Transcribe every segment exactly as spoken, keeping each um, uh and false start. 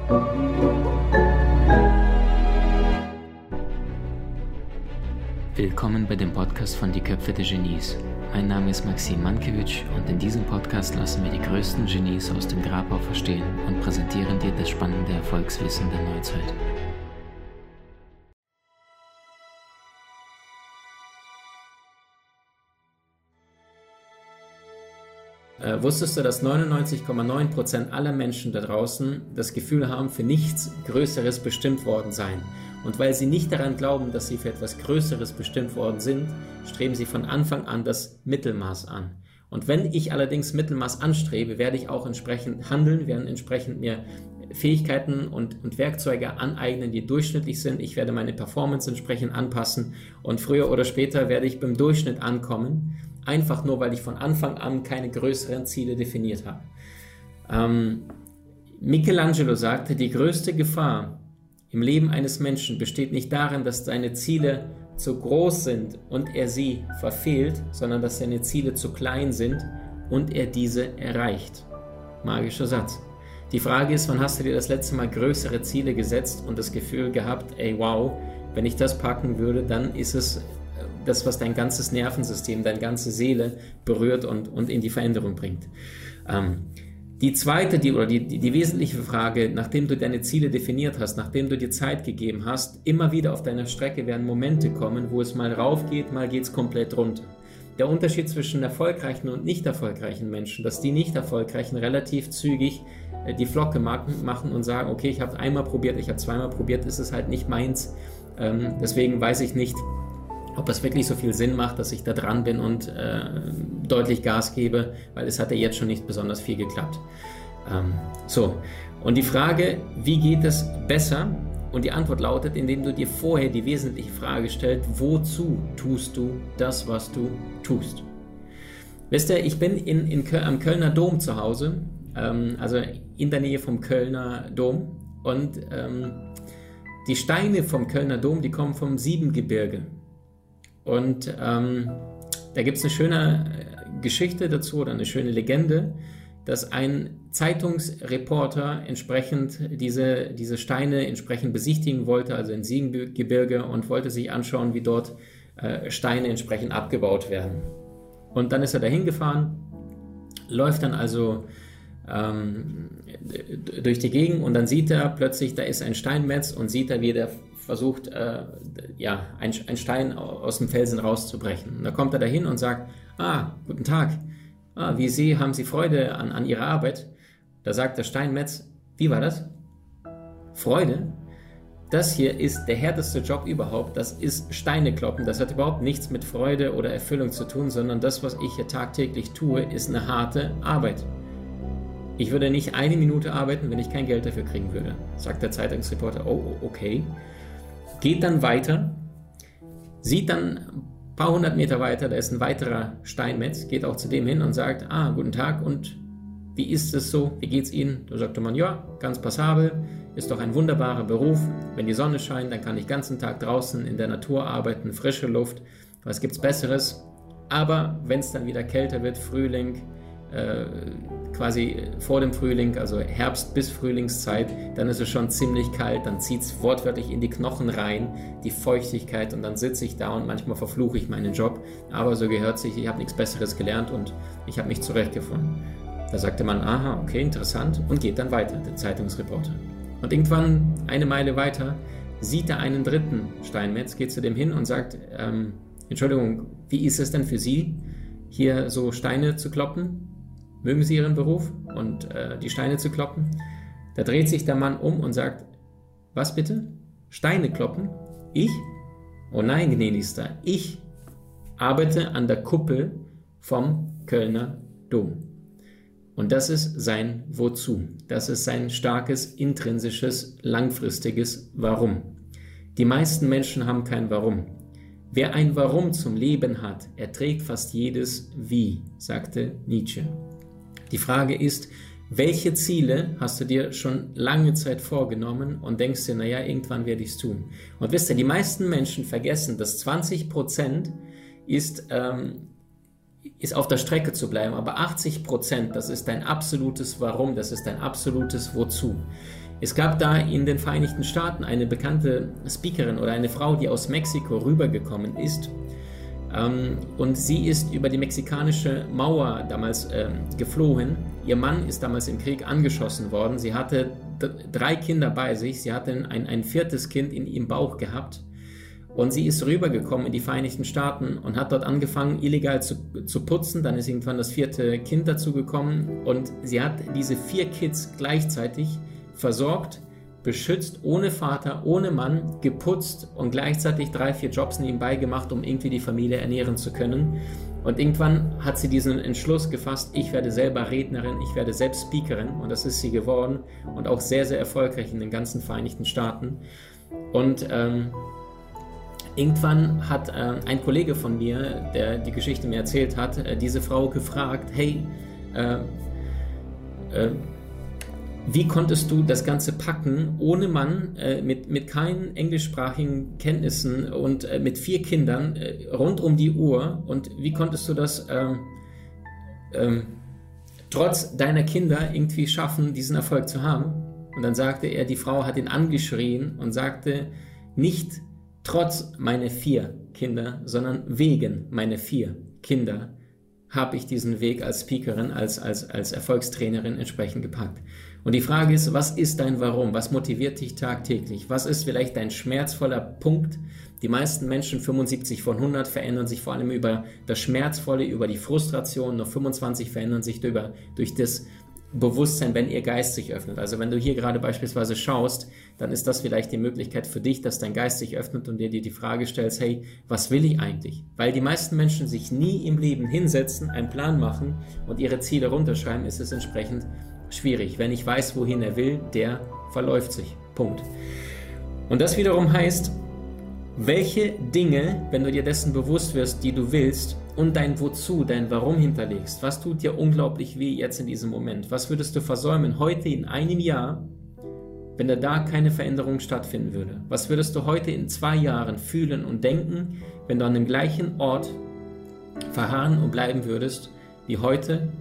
Willkommen bei dem Podcast von Die Köpfe der Genies. Mein Name ist Maxim Mankewitsch und in diesem Podcast lassen wir die größten Genies aus dem Grabau verstehen und präsentieren dir das spannende Erfolgswissen der Neuzeit. Äh, wusstest du, dass neunundneunzig Komma neun Prozent aller Menschen da draußen das Gefühl haben, für nichts Größeres bestimmt worden sein? Und weil sie nicht daran glauben, dass sie für etwas Größeres bestimmt worden sind, streben sie von Anfang an das Mittelmaß an. Und wenn ich allerdings Mittelmaß anstrebe, werde ich auch entsprechend handeln, werde entsprechend mir Fähigkeiten und, und Werkzeuge aneignen, die durchschnittlich sind. Ich werde meine Performance entsprechend anpassen und früher oder später werde ich beim Durchschnitt ankommen, einfach nur, weil ich von Anfang an keine größeren Ziele definiert habe. Ähm, Michelangelo sagte, die größte Gefahr im Leben eines Menschen besteht nicht darin, dass seine Ziele zu groß sind und er sie verfehlt, sondern dass seine Ziele zu klein sind und er diese erreicht. Magischer Satz. Die Frage ist, wann hast du dir das letzte Mal größere Ziele gesetzt und das Gefühl gehabt, ey wow, wenn ich das packen würde, dann ist es das, was dein ganzes Nervensystem, deine ganze Seele berührt und, und in die Veränderung bringt. Ähm, Die zweite, die, oder die, die, die wesentliche Frage, nachdem du deine Ziele definiert hast, nachdem du dir Zeit gegeben hast, immer wieder auf deiner Strecke werden Momente kommen, wo es mal rauf geht, mal geht es komplett runter. Der Unterschied zwischen erfolgreichen und nicht erfolgreichen Menschen, dass die nicht erfolgreichen relativ zügig äh, die Flocke machen und sagen, okay, ich habe es einmal probiert, ich habe zweimal probiert, ist es halt nicht meins. Ähm, deswegen weiß ich nicht, ob das wirklich so viel Sinn macht, dass ich da dran bin und äh, deutlich Gas gebe, weil es hat ja jetzt schon nicht besonders viel geklappt. Ähm, so, und die Frage, wie geht es besser? Und die Antwort lautet, indem du dir vorher die wesentliche Frage stellst, wozu tust du das, was du tust? Wisst ihr, ich bin in, in Köl- am Kölner Dom zu Hause, ähm, also in der Nähe vom Kölner Dom, und ähm, die Steine vom Kölner Dom, die kommen vom Siebengebirge. Und ähm, da gibt es eine schöne Geschichte dazu oder eine schöne Legende, dass ein Zeitungsreporter entsprechend diese, diese Steine entsprechend besichtigen wollte, also in Siebengebirge, und wollte sich anschauen, wie dort äh, Steine entsprechend abgebaut werden. Und dann ist er dahin gefahren, läuft dann also ähm, durch die Gegend und dann sieht er plötzlich, da ist ein Steinmetz und sieht er, wie der versucht, äh, ja, ein, ein Stein aus dem Felsen rauszubrechen. Und da kommt er dahin und sagt, ah, guten Tag, ah, wie Sie, haben Sie Freude an, an Ihrer Arbeit? Da sagt der Steinmetz, wie war das? Freude? Das hier ist der härteste Job überhaupt, das ist Steine kloppen, das hat überhaupt nichts mit Freude oder Erfüllung zu tun, sondern das, was ich hier tagtäglich tue, ist eine harte Arbeit. Ich würde nicht eine Minute arbeiten, wenn ich kein Geld dafür kriegen würde, sagt der Zeitungsreporter. Oh, okay. Geht dann weiter, sieht dann ein paar hundert Meter weiter, da ist ein weiterer Steinmetz, geht auch zu dem hin und sagt, ah, guten Tag, und wie ist es so, wie geht's Ihnen? Da sagte man, ja, ganz passabel, ist doch ein wunderbarer Beruf, wenn die Sonne scheint, dann kann ich den ganzen Tag draußen in der Natur arbeiten, frische Luft, was gibt's Besseres? Aber wenn es dann wieder kälter wird, Frühling, äh, quasi vor dem Frühling, also Herbst bis Frühlingszeit, dann ist es schon ziemlich kalt, dann zieht es wortwörtlich in die Knochen rein, die Feuchtigkeit, und dann sitze ich da und manchmal verfluche ich meinen Job, aber so gehört sich, ich habe nichts Besseres gelernt und ich habe mich zurechtgefunden. Da sagte man, aha, okay, interessant, und geht dann weiter, der Zeitungsreporter. Und irgendwann, eine Meile weiter, sieht er einen dritten Steinmetz, geht zu dem hin und sagt, ähm, Entschuldigung, wie ist es denn für Sie, hier so Steine zu kloppen? Mögen Sie Ihren Beruf und äh, die Steine zu kloppen? Da dreht sich der Mann um und sagt, was bitte? Steine kloppen? Ich? Oh nein, gnädigster, ich arbeite an der Kuppel vom Kölner Dom. Und das ist sein Wozu. Das ist sein starkes, intrinsisches, langfristiges Warum. Die meisten Menschen haben kein Warum. Wer ein Warum zum Leben hat, erträgt fast jedes Wie, sagte Nietzsche. Die Frage ist, welche Ziele hast du dir schon lange Zeit vorgenommen und denkst dir, naja, irgendwann werde ich es tun. Und wisst ihr, die meisten Menschen vergessen, dass zwanzig Prozent ist, ähm, ist auf der Strecke zu bleiben, aber achtzig Prozent, das ist dein absolutes Warum, das ist dein absolutes Wozu. Es gab da in den Vereinigten Staaten eine bekannte Speakerin oder eine Frau, die aus Mexiko rübergekommen ist. Ähm, und sie ist über die mexikanische Mauer damals ähm, geflohen. Ihr Mann ist damals im Krieg angeschossen worden. Sie hatte d- drei Kinder bei sich. Sie hatte ein, ein viertes Kind in ihrem Bauch gehabt. Und sie ist rübergekommen in die Vereinigten Staaten und hat dort angefangen, illegal zu, zu putzen. Dann ist irgendwann das vierte Kind dazugekommen. Und sie hat diese vier Kids gleichzeitig versorgt, beschützt, ohne Vater, ohne Mann, geputzt und gleichzeitig drei, vier Jobs nebenbei gemacht, um irgendwie die Familie ernähren zu können. Und irgendwann hat sie diesen Entschluss gefasst, ich werde selber Rednerin, ich werde selbst Speakerin, und das ist sie geworden und auch sehr, sehr erfolgreich in den ganzen Vereinigten Staaten. Und ähm, irgendwann hat äh, ein Kollege von mir, der die Geschichte mir erzählt hat, äh, diese Frau gefragt, hey, äh, äh, wie konntest du das Ganze packen, ohne Mann, äh, mit, mit keinen englischsprachigen Kenntnissen und äh, mit vier Kindern äh, rund um die Uhr, und wie konntest du das ähm, ähm, trotz deiner Kinder irgendwie schaffen, diesen Erfolg zu haben? Und dann sagte er, die Frau hat ihn angeschrien und sagte, nicht trotz meiner vier Kinder, sondern wegen meiner vier Kinder habe ich diesen Weg als Speakerin, als, als, als Erfolgstrainerin entsprechend gepackt. Und die Frage ist, was ist dein Warum? Was motiviert dich tagtäglich? Was ist vielleicht dein schmerzvoller Punkt? Die meisten Menschen, fünfundsiebzig von hundert, verändern sich vor allem über das Schmerzvolle, über die Frustration. Nur fünfundzwanzig verändern sich über, durch das Bewusstsein, wenn ihr Geist sich öffnet. Also wenn du hier gerade beispielsweise schaust, dann ist das vielleicht die Möglichkeit für dich, dass dein Geist sich öffnet und dir die Frage stellst, hey, was will ich eigentlich? Weil die meisten Menschen sich nie im Leben hinsetzen, einen Plan machen und ihre Ziele runterschreiben, ist es entsprechend schwierig. Wenn ich weiß, wohin er will, der verläuft sich. Punkt. Und das wiederum heißt, welche Dinge, wenn du dir dessen bewusst wirst, die du willst, und dein Wozu, dein Warum hinterlegst, was tut dir unglaublich weh jetzt in diesem Moment? Was würdest du versäumen heute in einem Jahr, wenn da, da keine Veränderung stattfinden würde? Was würdest du heute in zwei Jahren fühlen und denken, wenn du an dem gleichen Ort verharren und bleiben würdest, wie heute,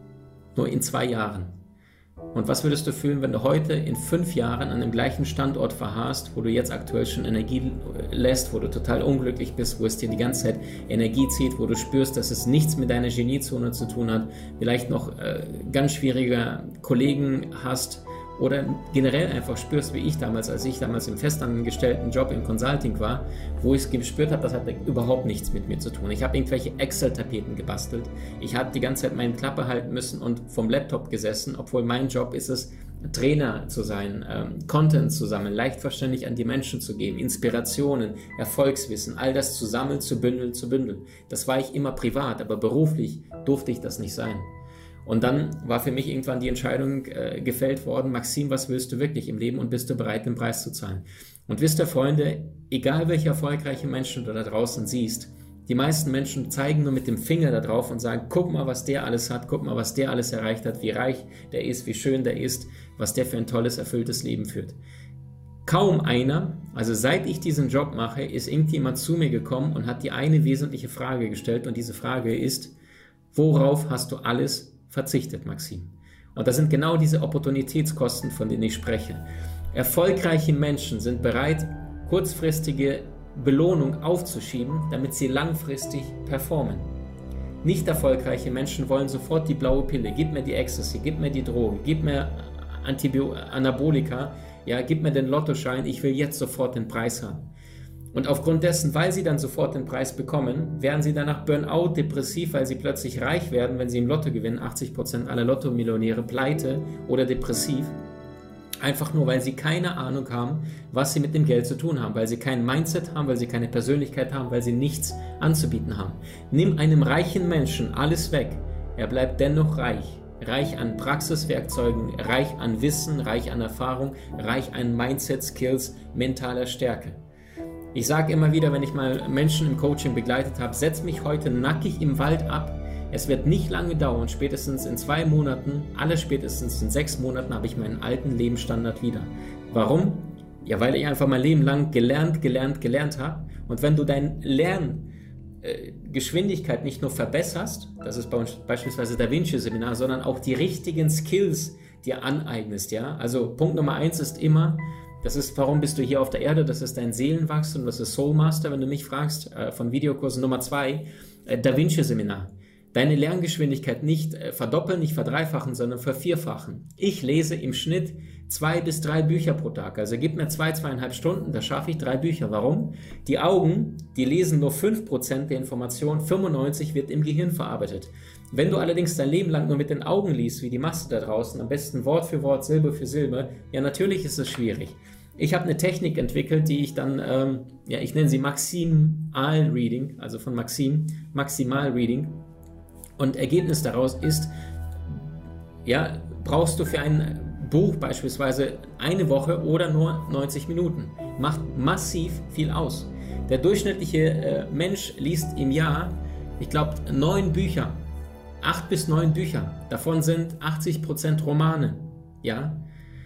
nur in zwei Jahren? Und was würdest du fühlen, wenn du heute in fünf Jahren an dem gleichen Standort verharrst, wo du jetzt aktuell schon Energie lässt, wo du total unglücklich bist, wo es dir die ganze Zeit Energie zieht, wo du spürst, dass es nichts mit deiner Geniezone zu tun hat, vielleicht noch äh, ganz schwierige Kollegen hast oder generell einfach spürst, wie ich damals, als ich damals im festangestellten Job im Consulting war, wo ich es gespürt habe, das hat überhaupt nichts mit mir zu tun. Ich habe irgendwelche Excel-Tapeten gebastelt. Ich habe die ganze Zeit meine Klappe halten müssen und vom Laptop gesessen, obwohl mein Job ist es, Trainer zu sein, ähm, Content zu sammeln, leicht verständlich an die Menschen zu geben, Inspirationen, Erfolgswissen, all das zu sammeln, zu bündeln, zu bündeln. Das war ich immer privat, aber beruflich durfte ich das nicht sein. Und dann war für mich irgendwann die Entscheidung äh, gefällt worden, Maxim, was willst du wirklich im Leben und bist du bereit, den Preis zu zahlen? Und wisst ihr, Freunde, egal welche erfolgreichen Menschen du da draußen siehst, die meisten Menschen zeigen nur mit dem Finger da drauf und sagen, guck mal, was der alles hat, guck mal, was der alles erreicht hat, wie reich der ist, wie schön der ist, was der für ein tolles, erfülltes Leben führt. Kaum einer, also seit ich diesen Job mache, ist irgendjemand zu mir gekommen und hat die eine wesentliche Frage gestellt, und diese Frage ist, worauf hast du alles verzichtet, Maxim? Und das sind genau diese Opportunitätskosten, von denen ich spreche. Erfolgreiche Menschen sind bereit, kurzfristige Belohnung aufzuschieben, damit sie langfristig performen. Nicht erfolgreiche Menschen wollen sofort die blaue Pille, gib mir die Ecstasy, gib mir die Droge, gib mir Antibio- Anabolika, ja, gib mir den Lottoschein, ich will jetzt sofort den Preis haben. Und aufgrund dessen, weil sie dann sofort den Preis bekommen, werden sie danach Burnout, depressiv, weil sie plötzlich reich werden, wenn sie im Lotto gewinnen, achtzig Prozent aller Lotto-Millionäre pleite oder depressiv, einfach nur, weil sie keine Ahnung haben, was sie mit dem Geld zu tun haben, weil sie kein Mindset haben, weil sie keine Persönlichkeit haben, weil sie nichts anzubieten haben. Nimm einem reichen Menschen alles weg, er bleibt dennoch reich. Reich an Praxiswerkzeugen, reich an Wissen, reich an Erfahrung, reich an Mindset-Skills, mentaler Stärke. Ich sage immer wieder, wenn ich mal Menschen im Coaching begleitet habe, setz mich heute nackig im Wald ab. Es wird nicht lange dauern, spätestens in zwei Monaten, aller spätestens in sechs Monaten habe ich meinen alten Lebensstandard wieder. Warum? Ja, weil ich einfach mein Leben lang gelernt, gelernt, gelernt habe. Und wenn du dein Lerngeschwindigkeit nicht nur verbesserst, das ist bei uns beispielsweise Da Vinci Seminar, sondern auch die richtigen Skills, dir aneignest. Ja? Also Punkt Nummer eins ist immer, das ist, warum bist du hier auf der Erde, das ist dein Seelenwachstum, das ist Soul Master, wenn du mich fragst, äh, von Videokursen. Nummer zwei, äh, Da Vinci Seminar. Deine Lerngeschwindigkeit nicht äh, verdoppeln, nicht verdreifachen, sondern vervierfachen. Ich lese im Schnitt zwei bis drei Bücher pro Tag. Also gib mir zwei, zweieinhalb Stunden, da schaffe ich drei Bücher. Warum? Die Augen, die lesen nur fünf Prozent der Information, fünfundneunzig wird im Gehirn verarbeitet. Wenn du allerdings dein Leben lang nur mit den Augen liest, wie die Masse da draußen, am besten Wort für Wort, Silbe für Silbe, ja natürlich ist es schwierig. Ich habe eine Technik entwickelt, die ich dann, ähm, ja ich nenne sie Maximal Reading, also von Maxim, Maximal Reading. Und Ergebnis daraus ist, ja, brauchst du für ein Buch beispielsweise eine Woche oder nur neunzig Minuten. Macht massiv viel aus. Der durchschnittliche äh, Mensch liest im Jahr, ich glaube, neun Bücher. Acht bis neun Bücher. Davon sind achtzig Prozent Romane. Ja?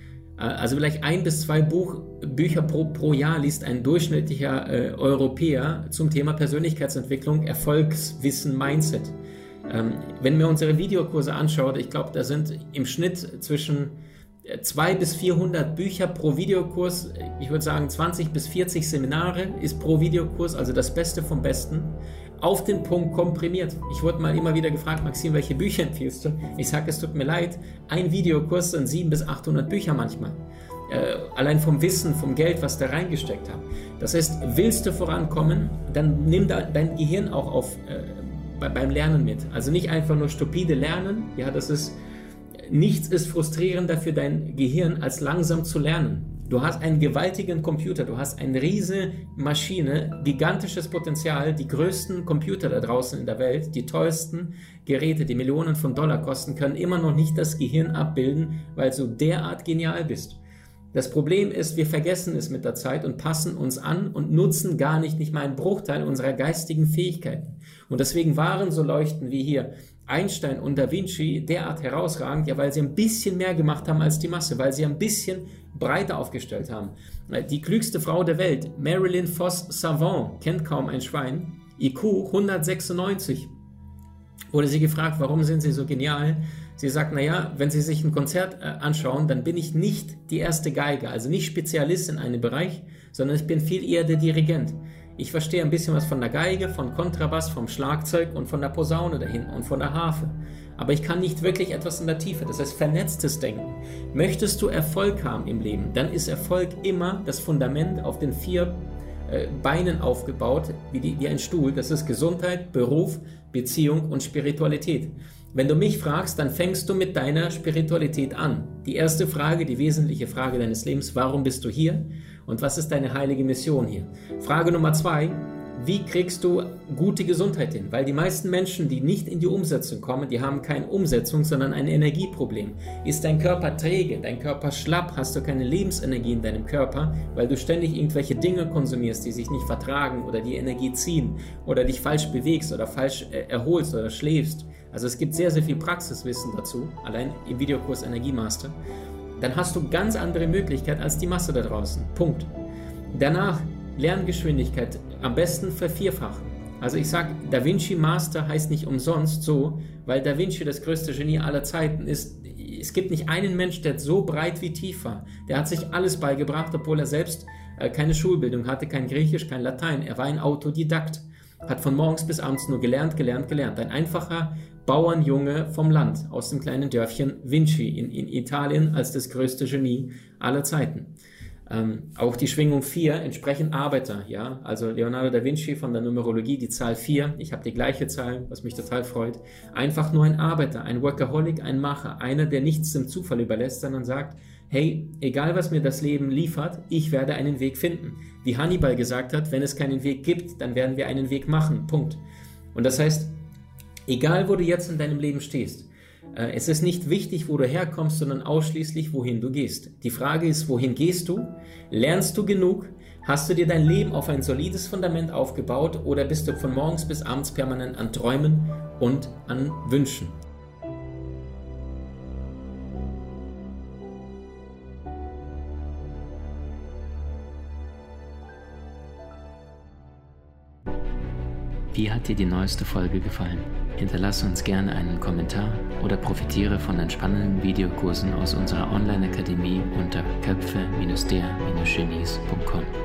Also vielleicht ein bis zwei Buch, Bücher pro, pro Jahr liest ein durchschnittlicher äh, Europäer zum Thema Persönlichkeitsentwicklung, Erfolgswissen, Mindset. Ähm, wenn wir unsere Videokurse anschauen, ich glaube, da sind im Schnitt zwischen zweihundert bis vierhundert Bücher pro Videokurs, ich würde sagen zwanzig bis vierzig Seminare ist pro Videokurs, also das Beste vom Besten, auf den Punkt komprimiert. Ich wurde mal immer wieder gefragt, Maxim, welche Bücher empfiehlst du? Ich sage, es tut mir leid, ein Videokurs sind siebenhundert bis achthundert Bücher manchmal. Äh, allein vom Wissen, vom Geld, was da reingesteckt haben. Das heißt, willst du vorankommen, dann nimm da dein Gehirn auch auf äh, bei, beim Lernen mit. Also nicht einfach nur stupide lernen, ja, das ist, nichts ist frustrierender für dein Gehirn, als langsam zu lernen. Du hast einen gewaltigen Computer, du hast eine riesige Maschine, gigantisches Potenzial, die größten Computer da draußen in der Welt, die teuersten Geräte, die Millionen von Dollar kosten, können immer noch nicht das Gehirn abbilden, weil du derart genial bist. Das Problem ist, wir vergessen es mit der Zeit und passen uns an und nutzen gar nicht, nicht mal einen Bruchteil unserer geistigen Fähigkeiten. Und deswegen waren so Leuchten wie hier Einstein und Da Vinci derart herausragend, ja, weil sie ein bisschen mehr gemacht haben als die Masse, weil sie ein bisschen breiter aufgestellt haben. Die klügste Frau der Welt, Marilyn Foss Savant, kennt kaum ein Schwein, I Q hundertsechsundneunzig. Wurde sie gefragt, warum sind Sie so genial? Sie sagt, naja, wenn Sie sich ein Konzert äh, anschauen, dann bin ich nicht die erste Geige, also nicht Spezialist in einem Bereich, sondern ich bin viel eher der Dirigent. Ich verstehe ein bisschen was von der Geige, von Kontrabass, vom Schlagzeug und von der Posaune dahin und von der Harfe. Aber ich kann nicht wirklich etwas in der Tiefe, das heißt vernetztes Denken. Möchtest du Erfolg haben im Leben, dann ist Erfolg immer das Fundament auf den vier äh, Beinen aufgebaut, wie, die, wie ein Stuhl. Das ist Gesundheit, Beruf, Beziehung und Spiritualität. Wenn du mich fragst, dann fängst du mit deiner Spiritualität an. Die erste Frage, die wesentliche Frage deines Lebens, warum bist du hier und was ist deine heilige Mission hier? Frage Nummer zwei, wie kriegst du gute Gesundheit hin? Weil die meisten Menschen, die nicht in die Umsetzung kommen, die haben keine Umsetzung, sondern ein Energieproblem. Ist dein Körper träge, dein Körper schlapp, hast du keine Lebensenergie in deinem Körper, weil du ständig irgendwelche Dinge konsumierst, die sich nicht vertragen oder die Energie ziehen oder dich falsch bewegst oder falsch äh, erholst oder schläfst. Also es gibt sehr, sehr viel Praxiswissen dazu, allein im Videokurs Energiemaster. Dann hast du ganz andere Möglichkeiten als die Masse da draußen. Punkt. Danach Lerngeschwindigkeit am besten vervierfachen. Also ich sage, Da Vinci Master heißt nicht umsonst so, weil Da Vinci das größte Genie aller Zeiten ist. Es gibt nicht einen Mensch, der so breit wie tief war. Der hat sich alles beigebracht, obwohl er selbst äh, keine Schulbildung hatte, kein Griechisch, kein Latein. Er war ein Autodidakt. Hat von morgens bis abends nur gelernt, gelernt, gelernt. Ein einfacher Bauernjunge vom Land, aus dem kleinen Dörfchen Vinci in, in Italien als das größte Genie aller Zeiten. Ähm, auch die Schwingung vier entsprechen Arbeiter, ja, also Leonardo da Vinci von der Numerologie, die Zahl vier, ich habe die gleiche Zahl, was mich total freut, einfach nur ein Arbeiter, ein Workaholic, ein Macher, einer, der nichts dem Zufall überlässt, sondern sagt, hey, egal was mir das Leben liefert, ich werde einen Weg finden. Wie Hannibal gesagt hat, wenn es keinen Weg gibt, dann werden wir einen Weg machen, Punkt. Und das heißt, egal wo du jetzt in deinem Leben stehst, äh, es ist nicht wichtig, wo du herkommst, sondern ausschließlich, wohin du gehst. Die Frage ist, wohin gehst du? Lernst du genug? Hast du dir dein Leben auf ein solides Fundament aufgebaut oder bist du von morgens bis abends permanent an Träumen und an Wünschen? Wie hat dir die neueste Folge gefallen? Hinterlasse uns gerne einen Kommentar oder profitiere von den spannenden Videokursen aus unserer Online-Akademie unter köpfe der Genies punkt com.